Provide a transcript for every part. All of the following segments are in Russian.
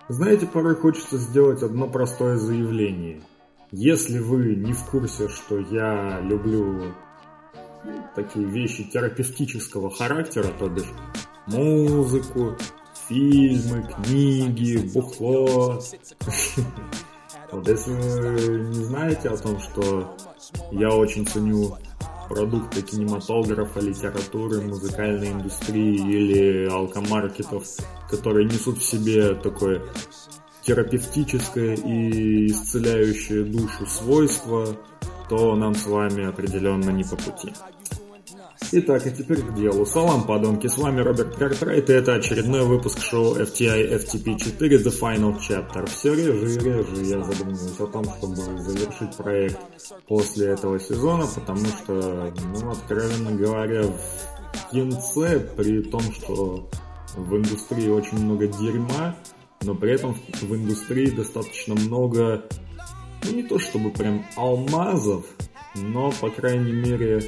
Знаете, порой хочется сделать одно простое заявление. Если вы не в курсе, что я люблю такие вещи терапевтического характера, то бишь музыку, фильмы, книги, бухло. Вот если вы не знаете о том, что я очень ценю продукты кинематографа, литературы, музыкальной индустрии или алкомаркетов, которые несут в себе такое терапевтическое и исцеляющее душу свойство, то нам с вами определенно не по пути. Итак, а теперь к делу. Салам, подонки, с вами Роберт Картрайт, и это очередной выпуск шоу FTI FTP4 The Final Chapter. Все реже и реже я задумываюсь о том, чтобы завершить проект после этого сезона, потому что, откровенно говоря, в кинце, при том, что в индустрии очень много дерьма, но при этом в индустрии достаточно много, не то чтобы прям алмазов, но, по крайней мере,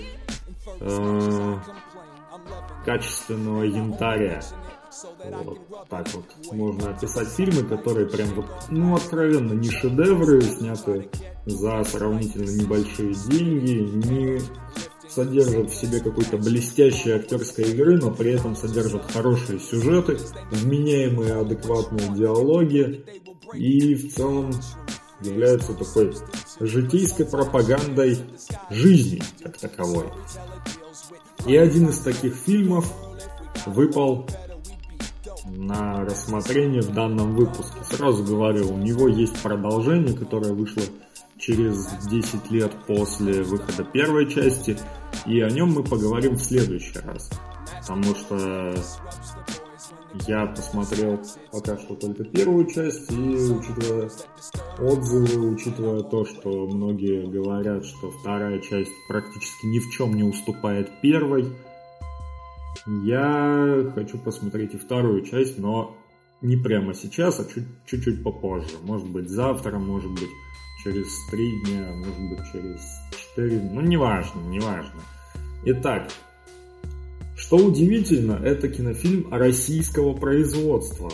качественного янтаря. Вот так вот можно описать фильмы, которые прям откровенно не шедевры, сняты за сравнительно небольшие деньги, не содержат в себе какой-то блестящей актерской игры, но при этом содержат хорошие сюжеты, вменяемые адекватные диалоги и в целом являются такой житейской пропагандой жизни как таковой. И один из таких фильмов выпал на рассмотрение в данном выпуске. Сразу говорю, у него есть продолжение, которое вышло через 10 лет после выхода первой части, и о нем мы поговорим в следующий раз. Потому что я посмотрел пока что только первую часть, и учитывая отзывы, учитывая то, что многие говорят, что вторая часть практически ни в чем не уступает первой, я хочу посмотреть и вторую часть, но не прямо сейчас, а чуть-чуть попозже. Может быть завтра, может быть через 3 дня, может быть через 4, неважно. Итак, что удивительно, это кинофильм российского производства.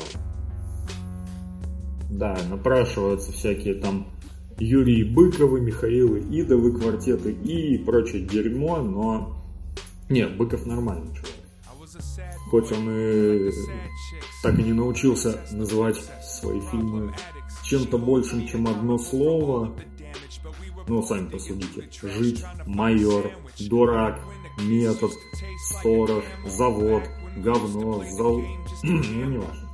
Да, напрашиваются всякие там Юрии Быковы, Михаилы Идовы, квартеты и прочее дерьмо, но... Нет, Быков нормальный человек. Хоть он и так и не научился называть свои фильмы чем-то большим, чем одно слово. Сами посудите. Жить, майор, дурак, метод, сторож, завод, говно, неважно.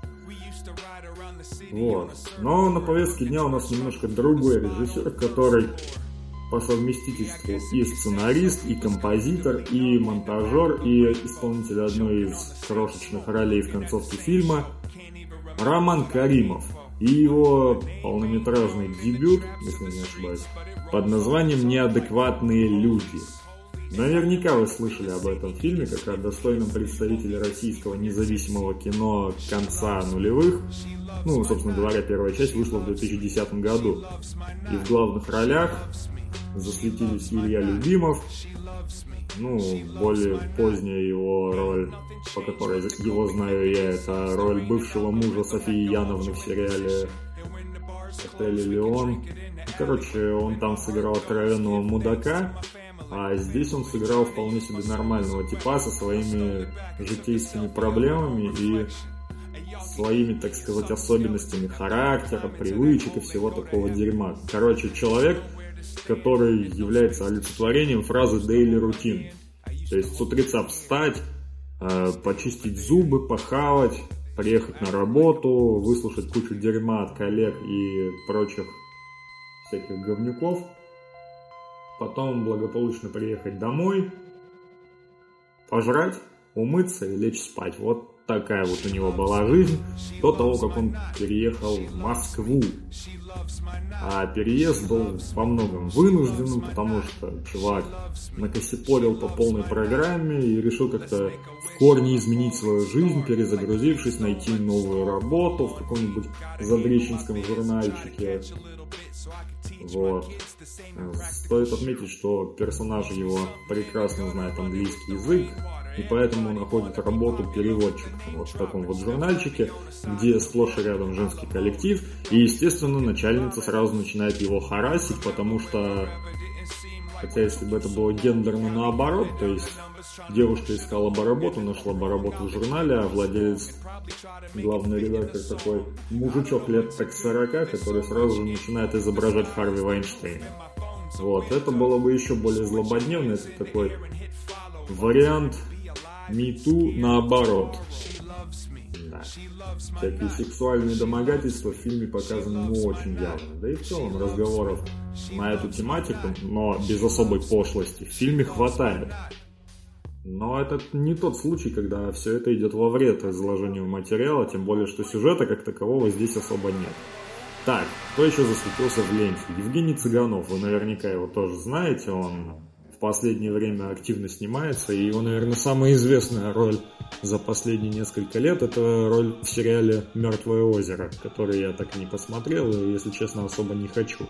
Вот. Но на повестке дня у нас немножко другой режиссер, который по совместительству и сценарист, и композитор, и монтажер, и исполнитель одной из крошечных ролей в концовке фильма, Роман Каримов. И его полнометражный дебют, если не ошибаюсь, под названием «Неадекватные люди». Наверняка вы слышали об этом фильме, как о достойном представителе российского независимого кино конца нулевых. Собственно говоря, первая часть вышла в 2010 году. И в главных ролях засветились Илья Любимов, более поздняя его роль, по которой его знаю я, это роль бывшего мужа Софии Яновны в сериале «Отель Элеон». Он там сыграл откровенного мудака, а здесь он сыграл вполне себе нормального типа со своими житейскими проблемами и своими, так сказать, особенностями характера, привычек и всего такого дерьма. Человек, который является олицетворением фразы daily routine. То есть с утреца встать, почистить зубы, похавать, приехать на работу, выслушать кучу дерьма от коллег и прочих всяких говнюков, потом благополучно приехать домой, пожрать, умыться и лечь спать. Вот такая вот у него была жизнь до того, как он переехал в Москву. А переезд был во многом вынужденным, потому что чувак накосипорил по полной программе и решил как-то в корне изменить свою жизнь, перезагрузившись, найти новую работу в каком-нибудь задрищенском журнальчике. Вот. Стоит отметить, что персонаж его прекрасно знает английский язык, и поэтому находит работу переводчика вот в таком вот журнальчике, где сплошь и рядом женский коллектив, и, естественно, начальница сразу начинает его харасить, потому что, хотя если бы это было гендерно наоборот, то есть девушка искала бы работу, нашла бы работу в журнале, а владелец, главный редактор такой мужичок лет так 40, который сразу же начинает изображать Харви Вайнштейна. Вот, это было бы еще более злободневно, это такой вариант Me Too наоборот. Да. Всякие сексуальные домогательства в фильме показаны очень явно. Да и в целом разговоров на эту тематику, но без особой пошлости, в фильме хватает. Но это не тот случай, когда все это идет во вред изложению материала, тем более, что сюжета как такового здесь особо нет. Так, кто еще засветился в ленте? Евгений Цыганов, вы наверняка его тоже знаете, он в последнее время активно снимается, и его, наверное, самая известная роль за последние несколько лет — это роль в сериале «Мертвое озеро», который я так и не посмотрел, и, если честно, особо не хочу.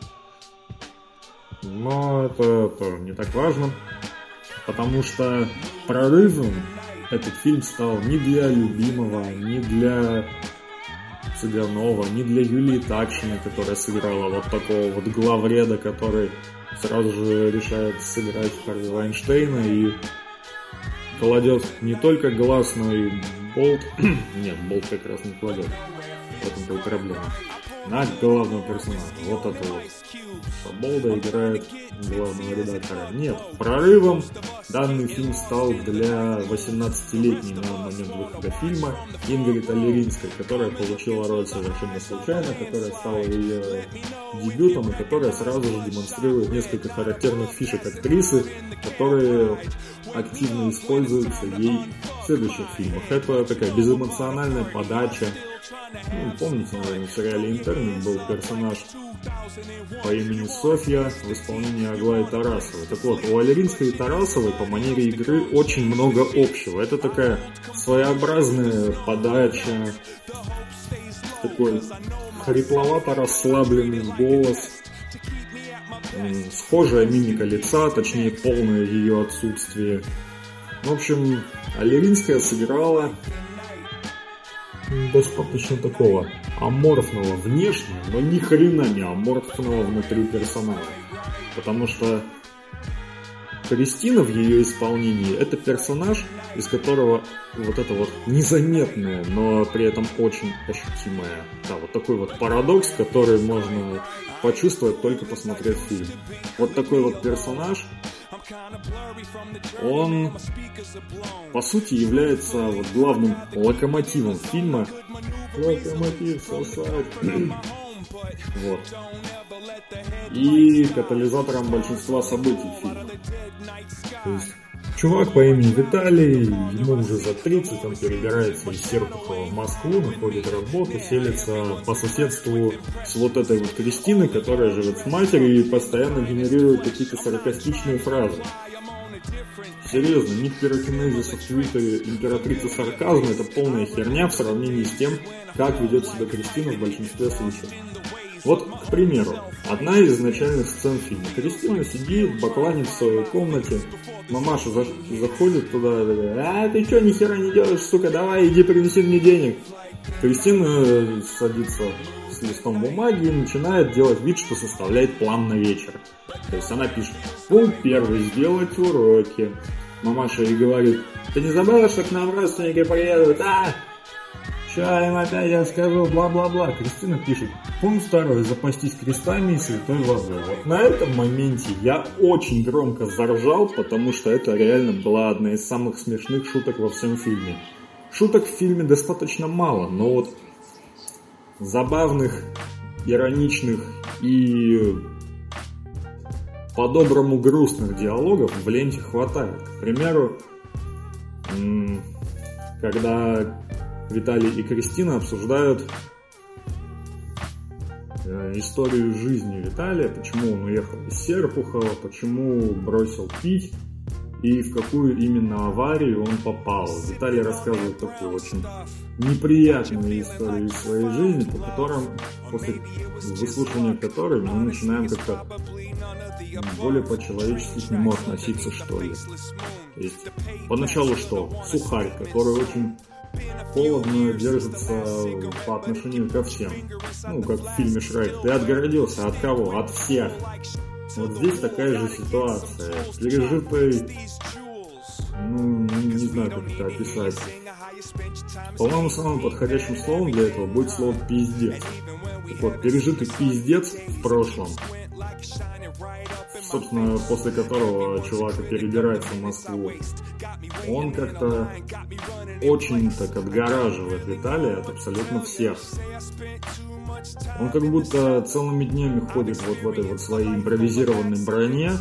Но это тоже не так важно, потому что прорывом этот фильм стал не для любимого, не для Цыганова, не для Юлии Такшиной, которая сыграла вот такого вот главреда, который сразу же решает сыграть Харви Вайнштейна и кладет не только глаз, но и болт. Нет, болт как раз не кладет. В этом-то и проблема. На главного персонажа. Вот это вот. Болда играет главного редактора. Нет, прорывом данный фильм стал для 18-летней на момент выхода фильма Ингрид Аллеринской, которая получила роль совершенно случайно, которая стала ее дебютом и которая сразу же демонстрирует несколько характерных фишек актрисы, которые активно используются ей в следующих фильмах. Это такая безэмоциональная подача. Ну, помните, наверное, в сериале «Интерны» был персонаж по имени Софья в исполнении Аглаи Тарасовой. Так вот, у Аллеринской и Тарасовой по манере игры очень много общего. Это такая своеобразная подача, такой хрипловато расслабленный голос, схожая мимика лица, точнее полное ее отсутствие. В общем, Аллеринская сыграла достаточно такого аморфного внешне, но ни хрена не аморфного внутри персонажа. Потому что Кристина в ее исполнении — это персонаж, из которого вот это вот незаметное, но при этом очень ощутимое, да, вот такой вот парадокс, который можно почувствовать, только посмотрев фильм. Вот такой вот персонаж, он, по сути, является вот главным локомотивом фильма. Локомотив сосать. Вот. И катализатором большинства событий фильма. То есть чувак по имени Виталий, ему уже за 30, он перебирается из Серпухова в Москву, находит работу, селится по соседству с вот этой вот Кристиной, которая живет с матерью и постоянно генерирует какие-то саркастичные фразы. Серьезно, ник пирокинезиса в твиттере императрицы сарказма — это полная херня в сравнении с тем, как ведет себя Кристина в большинстве случаев. Вот, к примеру, одна из начальных сцен фильма. Кристина сидит, бакланит в своей комнате, мамаша заходит туда, а ты чё, ни хера не делаешь, сука, давай, иди принеси мне денег. Кристина садится с листом бумаги и начинает делать вид, что составляет план на вечер. То есть она пишет: пункт 1, сделать уроки. Мамаша ей говорит: ты не забыла, что к нам родственники приедут, а? Ща им опять я скажу, бла-бла-бла. Кристина пишет: пункт 2, запастись крестами и святой водой. Вот на этом моменте я очень громко заржал, потому что это реально была одна из самых смешных шуток во всем фильме. Шуток в фильме достаточно мало, но вот забавных, ироничных и по-доброму грустных диалогов в ленте хватает. К примеру, когда Виталий и Кристина обсуждают историю жизни Виталия, почему он уехал из Серпухова, почему бросил пить и в какую именно аварию он попал. Виталий рассказывает такую очень неприятную историю из своей жизни, после выслушивания которой мы начинаем как-то более по-человечески к нему относиться, что ли. То есть поначалу что? Сухарь, который очень холодно держится по отношению ко всем. Ну, как в фильме «Шрек». Ты отгородился от кого? От всех. Вот здесь такая же ситуация. Пережитый, не знаю, как это описать. По-моему, самым подходящим словом для этого будет слово «пиздец». Так вот, пережитый пиздец в прошлом, собственно, после которого чувак перебирается в Москву, он как-то очень так отгораживает Виталия от абсолютно всех. Он как будто целыми днями ходит вот в этой вот своей импровизированной броне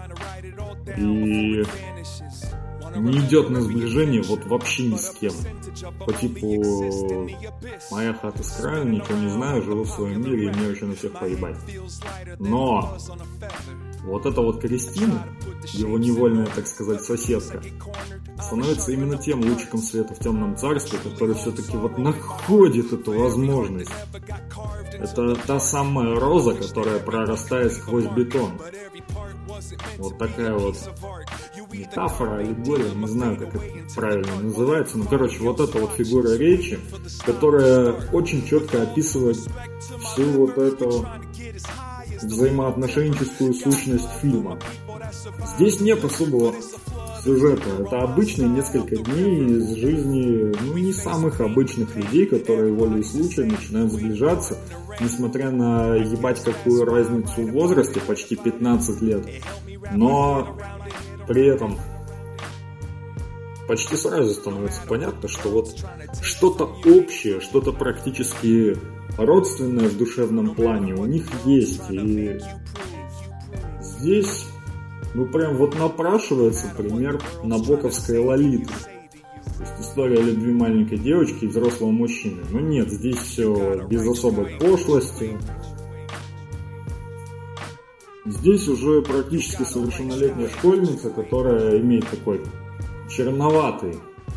и не идет на сближение вот вообще ни с кем. По типу «моя хата с краю, ничего не знаю, живу в своем мире, и мне вообще на всех поебать». Но вот эта вот Кристина, его невольная, так сказать, соседка, становится именно тем лучиком света в темном царстве, который все-таки вот находит эту возможность. Это та самая роза, которая прорастает сквозь бетон. Вот такая вот метафора, аллегория, не знаю, как это правильно называется, но, короче, вот эта вот фигура речи, которая очень четко описывает всю вот эту взаимоотношенческую сущность фильма. Здесь нет особого сюжета. Это обычные несколько дней из жизни, не самых обычных людей, которые волей случая начинают сближаться, несмотря на ебать какую разницу в возрасте, почти 15 лет. Но при этом почти сразу становится понятно, что вот что-то общее, что-то практически родственное в душевном плане у них есть. И здесь прям вот напрашивается пример набоковской Лолиты. То есть история любви маленькой девочки и взрослого мужчины. Но нет, здесь все без особой пошлости. Здесь уже практически совершеннолетняя школьница, которая имеет такой черноватый,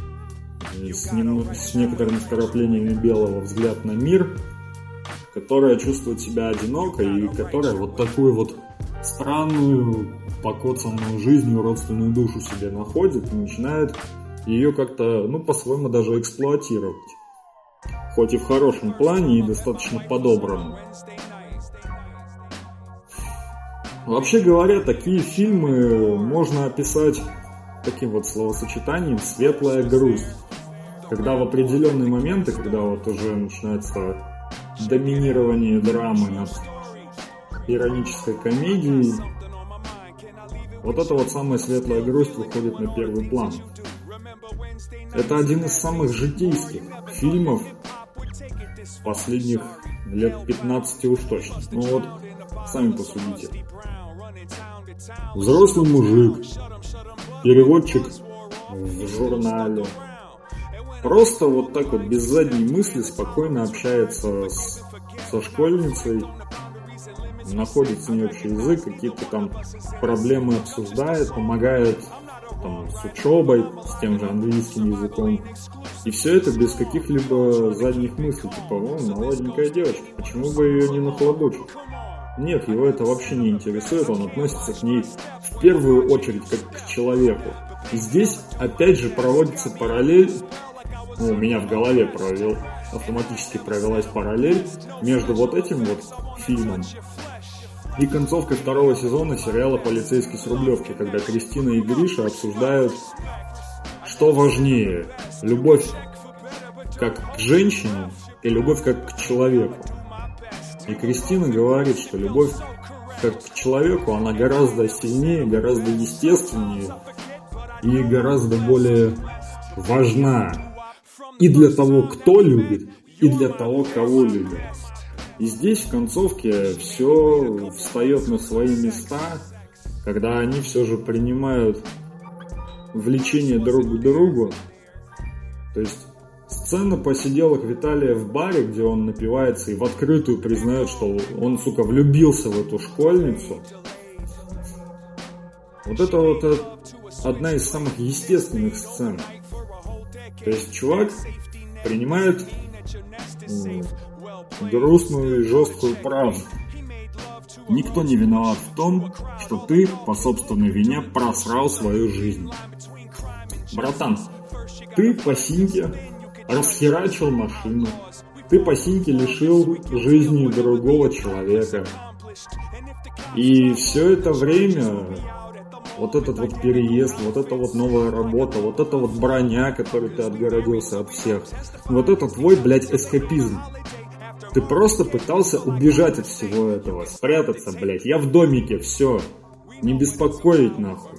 с некоторыми вкраплениями белого взгляд на мир, которая чувствует себя одинокой и которая вот такую вот странную, покоцанную жизнью родственную душу себе находит и начинает ее как-то, по-своему даже эксплуатировать. Хоть и в хорошем плане, и достаточно по-доброму. Вообще говоря, такие фильмы можно описать таким вот словосочетанием «светлая грусть». Когда в определенные моменты, когда вот уже начинается доминирование драмы над иронической комедией, вот эта вот самая светлая грусть выходит на первый план. Это один из самых житейских фильмов последних лет 15 уж точно. Вот, сами посудите. Взрослый мужик, переводчик в журнале, просто вот так вот без задней мысли спокойно общается со школьницей, находит с ней общий язык, какие-то там проблемы обсуждает, помогает там с учебой, с тем же английским языком. И все это без каких-либо задних мыслей, типа, молоденькая девочка, почему бы ее не нахлобучить? Нет, его это вообще не интересует, он относится к ней в первую очередь как к человеку. И здесь опять же проводится параллель, у меня в голове автоматически провелась параллель между вот этим вот фильмом и концовкой второго сезона сериала «Полицейский с Рублевки», когда Кристина и Гриша обсуждают, что важнее, любовь как к женщине и любовь как к человеку. И Кристина говорит, что любовь как к человеку, она гораздо сильнее, гораздо естественнее и гораздо более важна и для того, кто любит, и для того, кого любят. И здесь в концовке все встает на свои места, когда они все же принимают влечение друг к другу. То есть сцена посиделок Виталия в баре, где он напивается и в открытую признает, что он, влюбился в эту школьницу. Вот это вот одна из самых естественных сцен. То есть чувак принимает грустную и жесткую правду. Никто не виноват в том, что ты по собственной вине просрал свою жизнь. братан, ты по синьке расхерачил машину, ты по синьке лишил жизни другого человека. И все это время, вот этот вот переезд, вот эта вот новая работа, вот эта вот броня, которой ты отгородился от всех, вот это твой, блядь, эскапизм. Ты просто пытался убежать от всего этого, спрятаться, блядь. Я в домике, все. Не беспокоить, нахуй.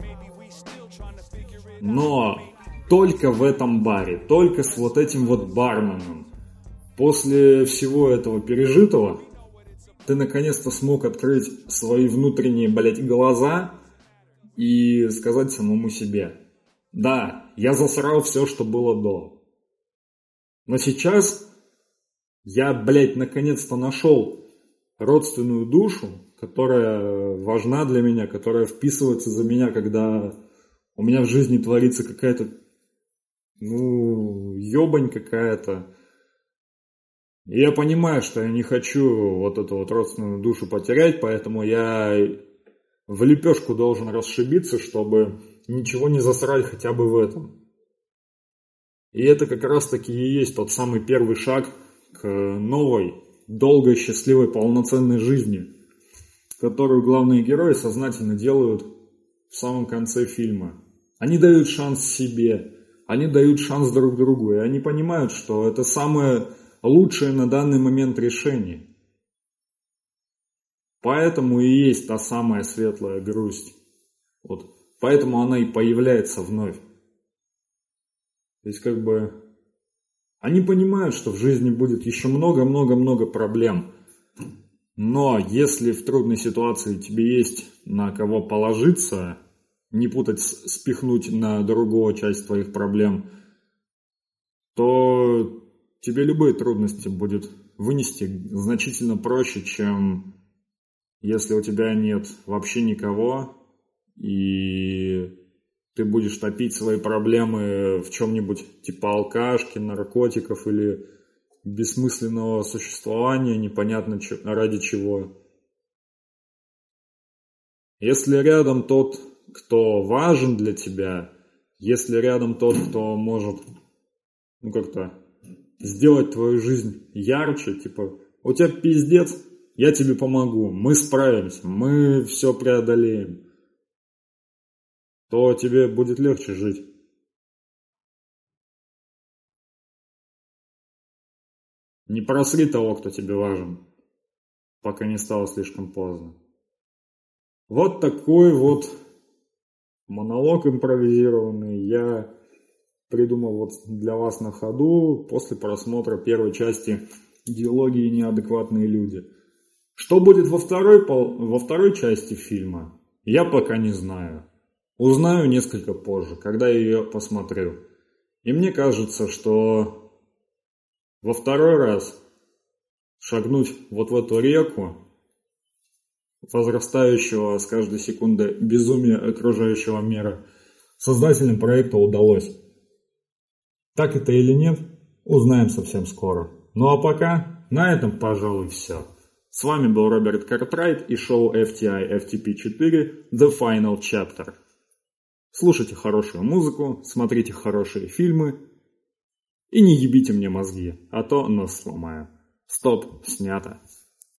Но только в этом баре, только с вот этим вот барменом, после всего этого пережитого, ты наконец-то смог открыть свои внутренние, блядь, глаза и сказать самому себе: да, я засрал все, что было до. Но сейчас я, блядь, наконец-то нашел родственную душу, которая важна для меня, которая вписывается за меня, когда у меня в жизни творится какая-то, ебань какая-то. И я понимаю, что я не хочу вот эту вот родственную душу потерять, поэтому я в лепешку должен расшибиться, чтобы ничего не засрать хотя бы в этом. И это как раз-таки и есть тот самый первый шаг к новой, долгой, счастливой, полноценной жизни, которую главные герои сознательно делают в самом конце фильма. Они дают шанс себе, они дают шанс друг другу, и они понимают, что это самое лучшее на данный момент решение. Поэтому и есть та самая светлая грусть. Вот. Поэтому она и появляется вновь. То есть как бы они понимают, что в жизни будет еще много-много-много проблем. Но если в трудной ситуации тебе есть на кого положиться, не путать, спихнуть на другого часть твоих проблем, то тебе любые трудности будет вынести значительно проще, чем если у тебя нет вообще никого, и ты будешь топить свои проблемы в чем-нибудь типа алкашки, наркотиков или бессмысленного существования, непонятно ради чего. Если рядом тот, кто важен для тебя, если рядом тот, кто может, как-то сделать твою жизнь ярче, типа, у тебя пиздец, я тебе помогу, мы справимся, мы все преодолеем, то тебе будет легче жить. Не просри того, кто тебе важен, пока не стало слишком поздно. Вот такой вот монолог импровизированный я придумал вот для вас на ходу после просмотра первой части «Идеологии и неадекватные люди». Что будет во второй части фильма, я пока не знаю. Узнаю несколько позже, когда я ее посмотрю. И мне кажется, что во второй раз шагнуть вот в эту реку возрастающего с каждой секундой безумия окружающего мира создателям проекта удалось. Так это или нет, узнаем совсем скоро. Ну а пока на этом, пожалуй, все. С вами был Роберт Картрайт и шоу FTI FTP4 The Final Chapter. Слушайте хорошую музыку, смотрите хорошие фильмы и не ебите мне мозги, а то нос сломаю. Стоп, снято.